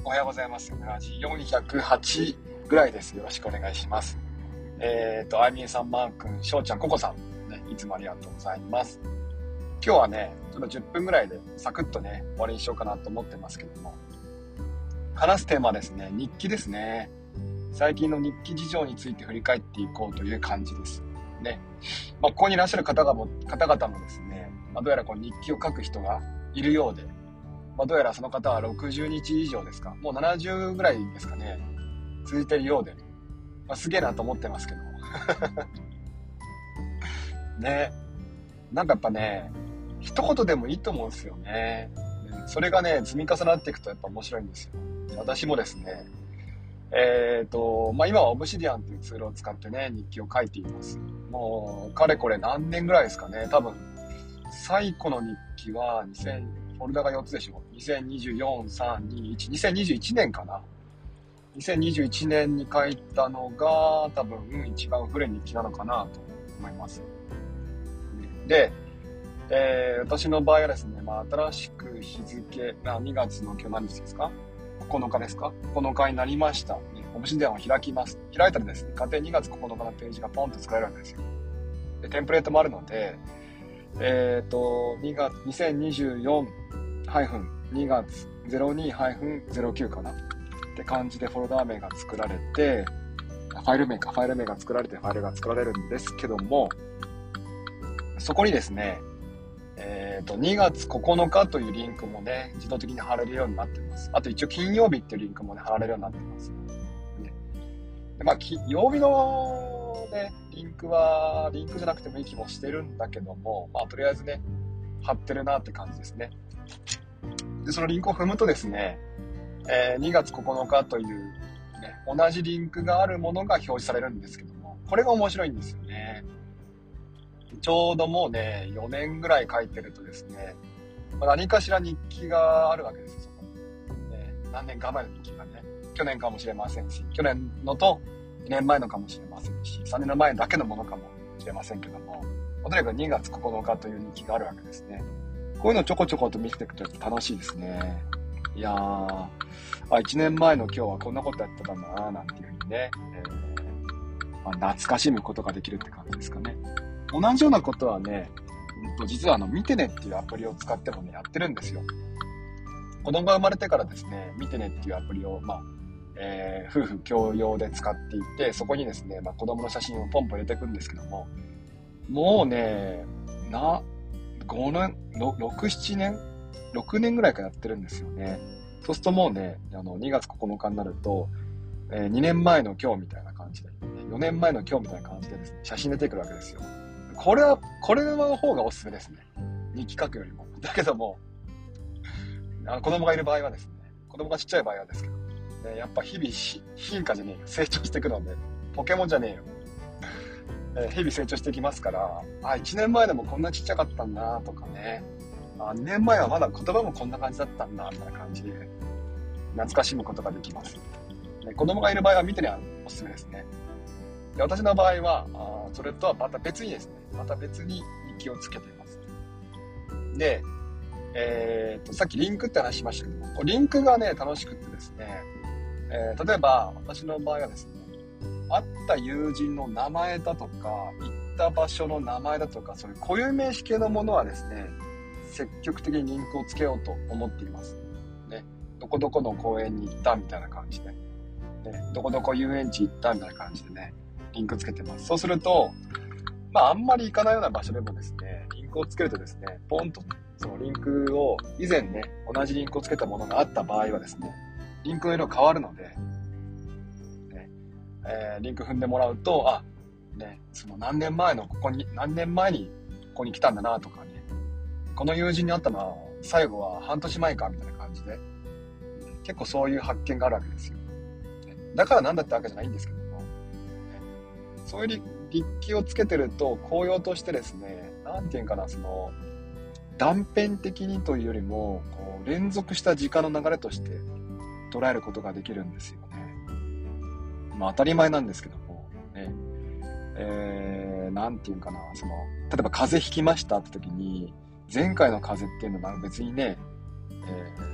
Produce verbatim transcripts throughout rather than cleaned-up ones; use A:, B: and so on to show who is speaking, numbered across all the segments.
A: おはようございます。ラジよんひゃくはちぐらいです。よろしくお願いします。えっと、あいみえさん、マー君、しょうちゃん、ここさん、ね、いつもありがとうございます。今日はね、ちょっとじゅっぷんぐらいでサクッとね、終わりにしようかなと思ってますけども、話すテーマはですね、日記ですね。最近の日記事情について振り返っていこうという感じです。ね。まあ、ここにいらっしゃる方がも方々もですね、まあ、どうやらこう日記を書く人がいるようで、まあ、どうやらその方はろくじゅうにち以上ですか、もうななじゅうぐらいですかね、続いているようで、まあ、すげえなと思ってますけどね。なんかやっぱね、一言でもいいと思うんですよね。それがね、積み重なっていくとやっぱ面白いんですよ。私もですね、えっと、まあ、今はオブシディアンというツールを使ってね、日記を書いています。もう、かれこれ何年ぐらいですかね。多分、最古の日記はにせん、フォルダがよっつでしょ。にせんにじゅうよん、さん、に、いち、にせんにじゅういちねんかな。にせんにじゅういちねんに書いたのが、多分、一番古い日記なのかなと思います。で、えー、私の場合はですね、まあ、新しく日付、にがつの今日何日ですか？ここのかですか？ ここのかになりました。オブシディアンを開きます。開いたらですね、家庭にがつここのかのページがポンと作られるんですよ。で、テンプレートもあるので、えっと、にがつ、にせんにじゅうよん、にがつ ゼロに ゼロきゅう かなって感じでフォルダ名が作られて、ファイル名か、ファイル名が作られて、ファイルが作られるんですけども、そこにですね、えっと、にがつここのかというリンクもね、自動的に貼れるようになってます。あと一応金曜日っていうリンクもね、貼られるようになってます。ね、でまあ、曜日のね、リンクは、リンクじゃなくてもいい気もしてるんだけども、まあ、とりあえずね、貼ってるなって感じですね。で、そのリンクを踏むとですね、えー、にがつここのかという、ね、同じリンクがあるものが表示されるんですけども、これが面白いんですよね。ちょうどもうね、よねんぐらい書いてるとですね、まあ、何かしら日記があるわけですよ、そこに。ね、何年か前の日記がね、去年かもしれませんし、去年のとにねんまえのかもしれませんし、さんねんの前だけのものかもしれませんけども、とにかくにがつここのかという日記があるわけですね。こういうのをちょこちょこと見せていくと楽しいですね。いやー、あ、いちねんまえの今日はこんなことやってたんだなーなんていうふうにね、えーまあ、懐かしむことができるって感じですかね。同じようなことはね、実はあの、見てねっていうアプリを使ってもね、やってるんですよ。子供が生まれてからですね、見てねっていうアプリを、まあ、えー、夫婦共用で使っていて、そこにですね、まあ、子供の写真をポンポン入れていくんですけども、もうね、な、ごねん、ろく、ななねん ?ろく 年ぐらいからやってるんですよね。そうするともうね、あの、にがつここのかになると、えー、にねんまえの今日みたいな感じで、よねんまえの今日みたいな感じでですね、写真出てくるわけですよ。これは、これの方がおすすめですね。日記書くよりも。だけども、あの子供がいる場合はですね、子供がちっちゃい場合はですけど、ね、やっぱ日々し進化じゃねえよ。成長していくので、ポケモンじゃねえよ。えー、日々成長していきますから、あ、いちねんまえでもこんなちっちゃかったんだとかね、あ、にねんまえはまだ言葉もこんな感じだったんだみたいな感じで、懐かしむことができます。ね、子供がいる場合は見てね、おすすめですね。で、私の場合は、あ、それとはまた別にですね、また別に日記をつけています。で、えー、と、さっきリンクって話しましたけども、リンクがね、楽しくってですね、えー、例えば、私の場合はですね、会った友人の名前だとか、行った場所の名前だとか、そういう固有名詞系のものはですね、積極的にリンクをつけようと思っています。ね、どこどこの公園に行ったみたいな感じで、ね、どこどこ遊園地行ったみたいな感じでね、リンクつけてます。そうすると、まあ、あんまり行かないような場所でもですね、リンクをつけるとですね、ポンとそのリンクを、以前ね、同じリンクをつけたものがあった場合はですね、リンクの色変わるので、ね、えー、リンク踏んでもらうと、あ、ね、その何年前のここに、何年前にここに来たんだなとかね、この友人に会ったのは最後は半年前かみたいな感じで、結構そういう発見があるわけですよ。だからなんだってわけじゃないんですけども、ね、そういう日記をつけてると、効用としてですね、なんていうかな、その、断片的にというよりも、こう連続した時間の流れとして捉えることができるんですよね。まあ当たり前なんですけども、ね、えー、なんていうかな、その、例えば風邪ひきましたって時に、前回の風邪っていうのは別にね、え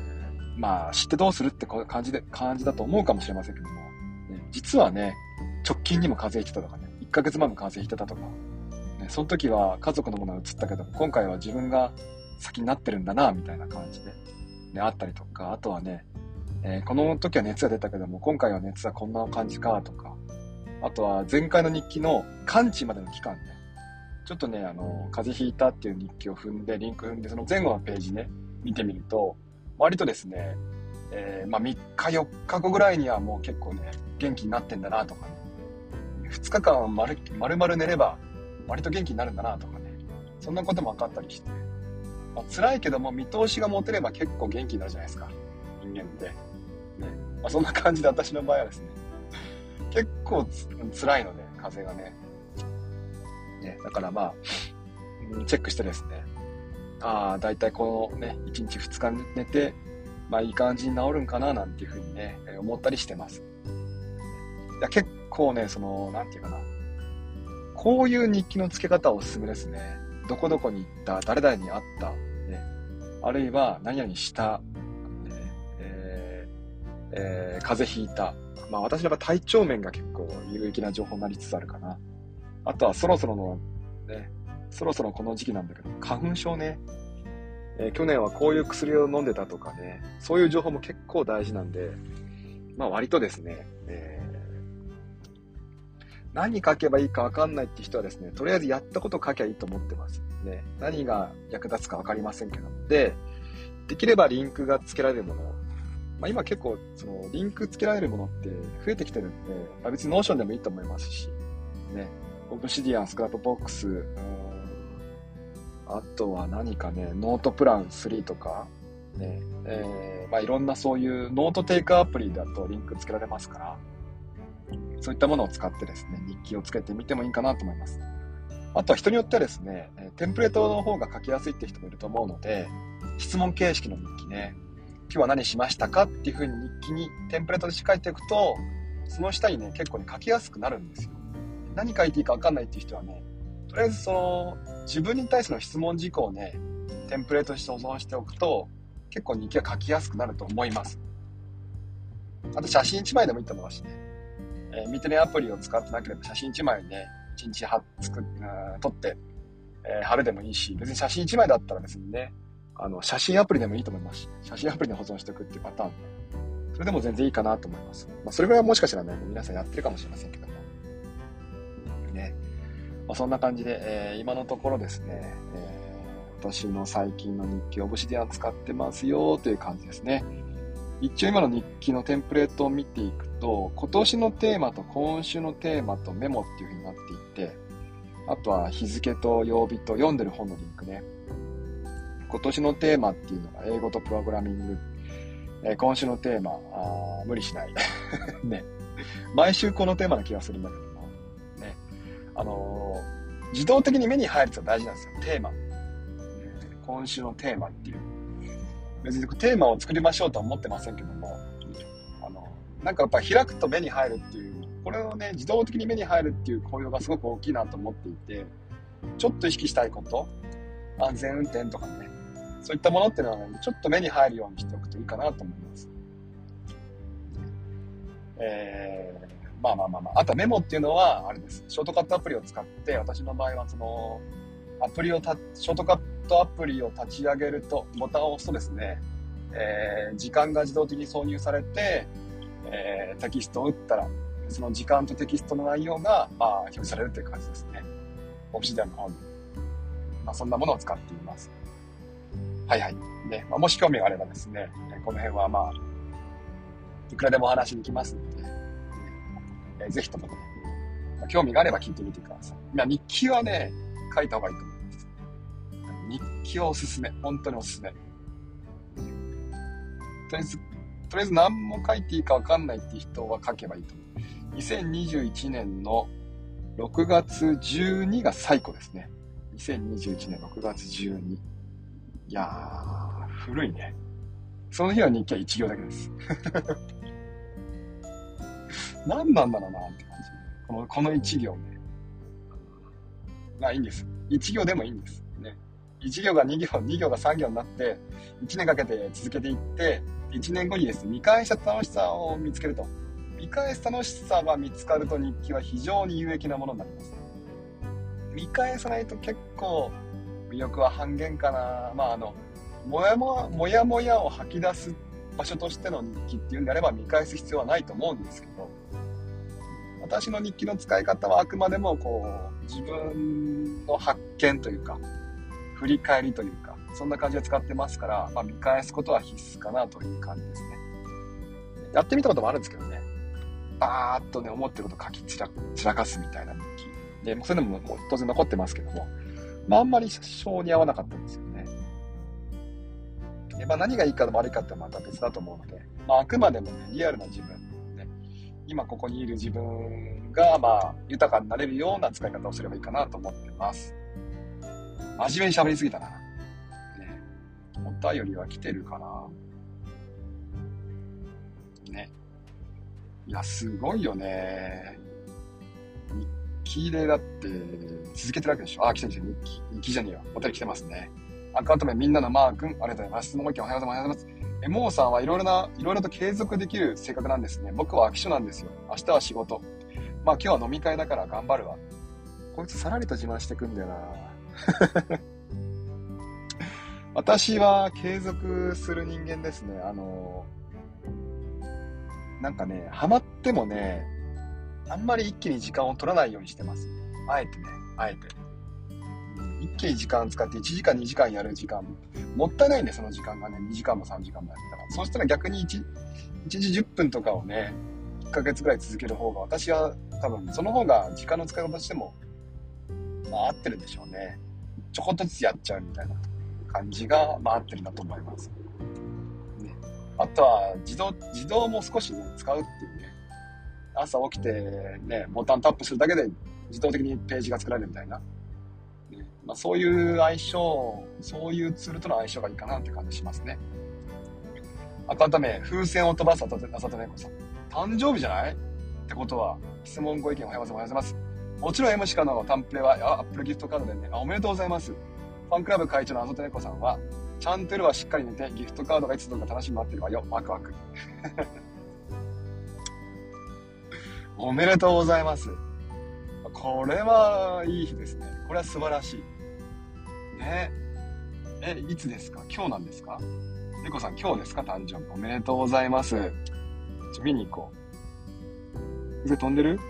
A: まあ知ってどうするって感じで、感じだと思うかもしれませんけども、ね、実はね、直近にも風邪ひいてたとかね、いっかげつまえも風邪ひいてたとか、ね、その時は家族のものが移ったけども、今回は自分が先になってるんだな、みたいな感じで、ね、あったりとか、あとはね、えー、この時は熱が出たけども、今回は熱はこんな感じか、とか、あとは前回の日記の完治までの期間ね、ちょっとね、あの、風邪ひいたっていう日記を踏んで、リンク踏んで、その前後のページね、見てみると、割とですね、えー、まあみっかよっかごぐらいにはもう結構ね、元気になってんだなとかね、ふつかかん丸々寝れば割と元気になるんだなとかね、そんなことも分かったりして、まあ、辛いけども見通しが持てれば結構元気になるじゃないですか、人間って。ね。まあ、そんな感じで私の場合はですね、結構つ辛いので、風邪がね。ね、だからまあ、チェックしてですね、ああ、だいたいこのね、いちにちふつか寝て、まあいい感じに治るんかななんていうふうにね、思ったりしてます。いや結構ね、その、なんていうかな、こういう日記の付け方はおすすめですね。どこどこに行った、誰々に会った、ね、あるいは何々した、ねえーえー、風邪ひいた。まあ私の場合体調面が結構有益な情報になりつつあるかな。あとはそろそろのね、そろそろこの時期なんだけど、花粉症ね、えー、去年はこういう薬を飲んでたとかね、そういう情報も結構大事なんで、まあ割とですね、えー、何書けばいいか分かんないって人はですね、とりあえずやったこと書きゃいいと思ってますね。何が役立つか分かりませんけども。で、できればリンクが付けられるもの、まあ、今結構そのリンク付けられるものって増えてきてるんで、まあ、別にノーションでもいいと思いますし、ね、オブシディアン、スクラップボックス、うん、あとは何かね、ノートプランスリーとか、ね、えー、まあいろんなそういうノートテイクアプリだとリンク付けられますから、そういったものを使ってですね、日記をつけてみてもいいかなと思います。あとは人によってはですね、テンプレートの方が書きやすいって人もいると思うので、質問形式の日記ね、今日は何しましたかっていう風に日記にテンプレートで書いていくと、その下にね、結構ね、書きやすくなるんですよ。何書いていいか分かんないっていう人はね、とりあえずその、自分に対しての質問事項をね、テンプレートに保存しておくと、結構日記が書きやすくなると思います。あと写真いちまいでもいいと思いますしね。えー、ミテネアプリを使ってなければ写真いちまいね、いちにちはつく、撮って、えー、貼るでもいいし、別に写真いちまいだったら別にね、あの、写真アプリでもいいと思いますし、写真アプリで保存しておくっていうパターンね。それでも全然いいかなと思います。まあ、それぐらいはもしかしたらね、皆さんやってるかもしれませんけども。ね。まあ、そんな感じで、えー、今のところですね、えー、私の最近の日記、オブシディアン使ってますよという感じですね。一応今の日記のテンプレートを見ていくと、今年のテーマと今週のテーマとメモっていう風になっていて、あとは日付と曜日と読んでる本のリンクね。今年のテーマっていうのが英語とプログラミング。えー、今週のテーマ、あ無理しない。ね。毎週このテーマな気がするんだけども。ね。あのー、自動的に目に入るって大事なんですよ。テーマ。えー、今週のテーマっていう。別にテーマを作りましょうとは思ってませんけども、あの、なんかやっぱ開くと目に入るっていう、これをね、自動的に目に入るっていう効用がすごく大きいなと思っていて、ちょっと意識したいこと、安全運転とかね、そういったものっていうのはね、ちょっと目に入るようにしておくといいかなと思います。えー、まあまあまあまあ、あとはメモっていうのは、あれです。ショートカットアプリを使って、私の場合はその、アプリをた、ショートカットアプリを立ち上げると、ボタンを押すとですね、えー、時間が自動的に挿入されて、えー、テキストを打ったら、その時間とテキストの内容が、まあ、表示されるという感じですね。オブシディアンの方に。まあ、そんなものを使っています。はいはい。ね、まあ、もし興味があればですね、この辺はまあ、いくらでもお話に来ますので、ね、えー、ぜひともね、まあ、興味があれば聞いてみてください。まあ、日記はね、書いた方がいいと思います。日記はおすすめ。本当におすすめ。とりあえず、とりあえず何も書いていいか分かんないっていう人は書けばいいと思う。にせんにじゅういちねんのろくがつじゅうにが最古ですね。にせんにじゅういちねんろくがつじゅうに。いやー、古いね。その日は日記はいち行だけです。何なんだろうなって感じ。この、このいち行ね。まあいいんです。いち行でもいいんです。ね。 いち行がに行、に行がさん行になって、いちねんかけて続けていって、いちねんごにですね、見返した楽しさを見つけると。見返す楽しさが見つかると日記は非常に有益なものになります。見返さないと結構魅力は半減かな。まああの、もやもや、もやもやを吐き出す場所としての日記っていうんであれば見返す必要はないと思うんですけど、私の日記の使い方はあくまでもこう、自分の発見というか、振り返りというか、そんな感じで使ってますから、まあ、見返すことは必須かなという感じですね。やってみたこともあるんですけどね。バーっとね、思ってること書き散ら、散らかすみたいな日記。で、それでももう当然残ってますけども、まああんまり性に合わなかったんですよね。で、まあ何がいいか悪いかってまた別だと思うので、まああくまでもね、リアルな自分、ね、今ここにいる自分が、まあ豊かになれるような使い方をすればいいかなと思ってます。真面目に喋りすぎたな。ね、お便りは来てるかな。ね。いや、すごいよね。日記でだって続けてるわけでしょ。あ、来てる来てる。日記、日記じゃねえよ。お便り来てますね。アカウント名みんなのマー君、ありがとうございます。質問ご意見おはようございます。え、モーさんはいろいろな、いろいろと継続できる性格なんですね。僕は飽き性なんですよ。明日は仕事。まあ今日は飲み会だから頑張るわ。こいつさらりと自慢してくんだよな。私は継続する人間ですね。あの、なんかね、ハマってもね、あんまり一気に時間を取らないようにしてます。あえてね、あえて。一気に時間使っていちじかんにじかんやる時間、もったいないんで、その時間がね、にじかんもさんじかんもやったら。そうしたら逆に 1, いちじじゅっぷんとかをね、いっかげつくらい続ける方が、私は多分その方が時間の使い方としても、まあ合ってるんでしょうね。ちょこっとずつやっちゃうみたいな感じが、まあ合ってるんだと思います。ね、あとは自動、自動も少しね、使うっていうね。朝起きてね、ボタンタップするだけで自動的にページが作られるみたいな。ね、まあ、そういう相性、そういうツールとの相性がいいかなって感じしますね。アカウント名、風船を飛ばすあさとねこさん。誕生日じゃないってことは、質問ご意見おはようございます。もちろん M しかのタンプレはアップルギフトカードでね、あ、おめでとうございます。ファンクラブ会長のあさとねこさんは、ちゃんと夜はしっかり寝て、ギフトカードがいつ届くか楽しみに待ってるわよ。ワクワク。おめでとうございます。これはいい日ですね。これは素晴らしい。ね。え、いつですか？今日なんですか？猫さん、今日ですか？誕生日。おめでとうございます。ちょ、見に行こう。上飛んでる？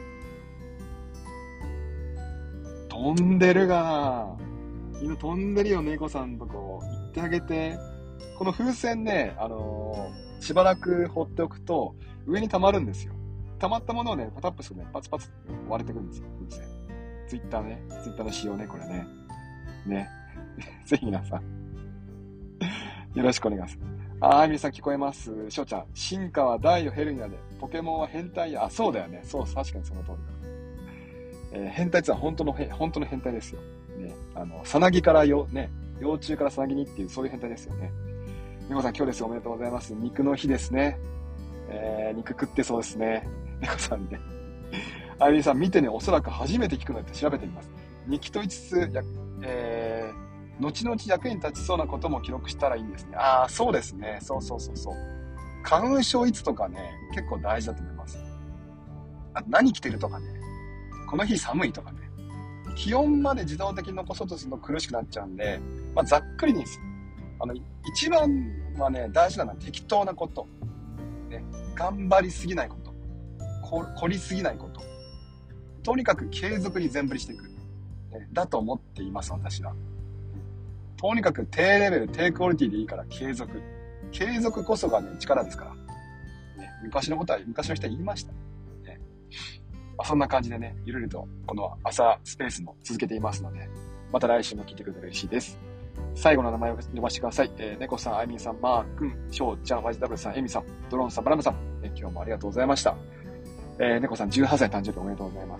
A: 飛んでるがな。今飛んでるよ、猫さんとこ。行ってあげて。この風船ね、あのー、しばらく放っておくと、上に溜まるんですよ。溜まったものをね、タップするとね、パツパツ割れてくるんですよ、風船。ツイッターね、ツイッターの仕様ね、これね。ね。ぜひ皆さん、よろしくお願いします。あー、みさん聞こえます。しょうちゃん、進化は大をヘルニアで、ポケモンは変態や、あ、そうだよね。そう、確かにその通りだ。えー、変態ってのは本当の、本当の変態ですよ。ね。あの、さなぎからよ、ね、幼虫からさなぎにっていう、そういう変態ですよね。みこさん、今日です。おめでとうございます。肉の日ですね。えー、肉食ってそうですね。猫さんね。あゆみさん、見てね、おそらく初めて聞くので調べてみます。日記と言いつつ、やえー、後々役に立ちそうなことも記録したらいいんですね。ああ、そうですね。そうそうそうそう。花粉症いつとかね、結構大事だと思います。あ、何着てるとかね。この日寒いとかね。気温まで自動的に残そうとすると苦しくなっちゃうんで、まあ、ざっくりに、あの、一番はね、大事なのは適当なこと。ね、頑張りすぎないこと。凝りすぎないこと。とにかく継続に全振りしていく。ね、だと思っています、私は。とにかく低レベル、低クオリティでいいから継続。継続こそがね、力ですから。ね、昔のことは、昔の人は言いました。ね、まあ、そんな感じでね、ゆるりとこの朝スペースも続けていますので、また来週も聞いてくれたら嬉しいです。最後の名前を呼ばせてください。えー、猫さん、あいみんさん、マー君、しょうちゃん、ワイジダブルさん、エミさん、ドローンさん、バラムさん、えー、今日もありがとうございました。えー、猫さんじゅうはっさい誕生日おめでとうございます。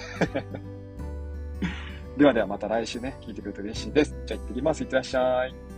A: ではではまた来週ね、聞いてくれると嬉しいです。じゃあ行ってきます。いってらっしゃい。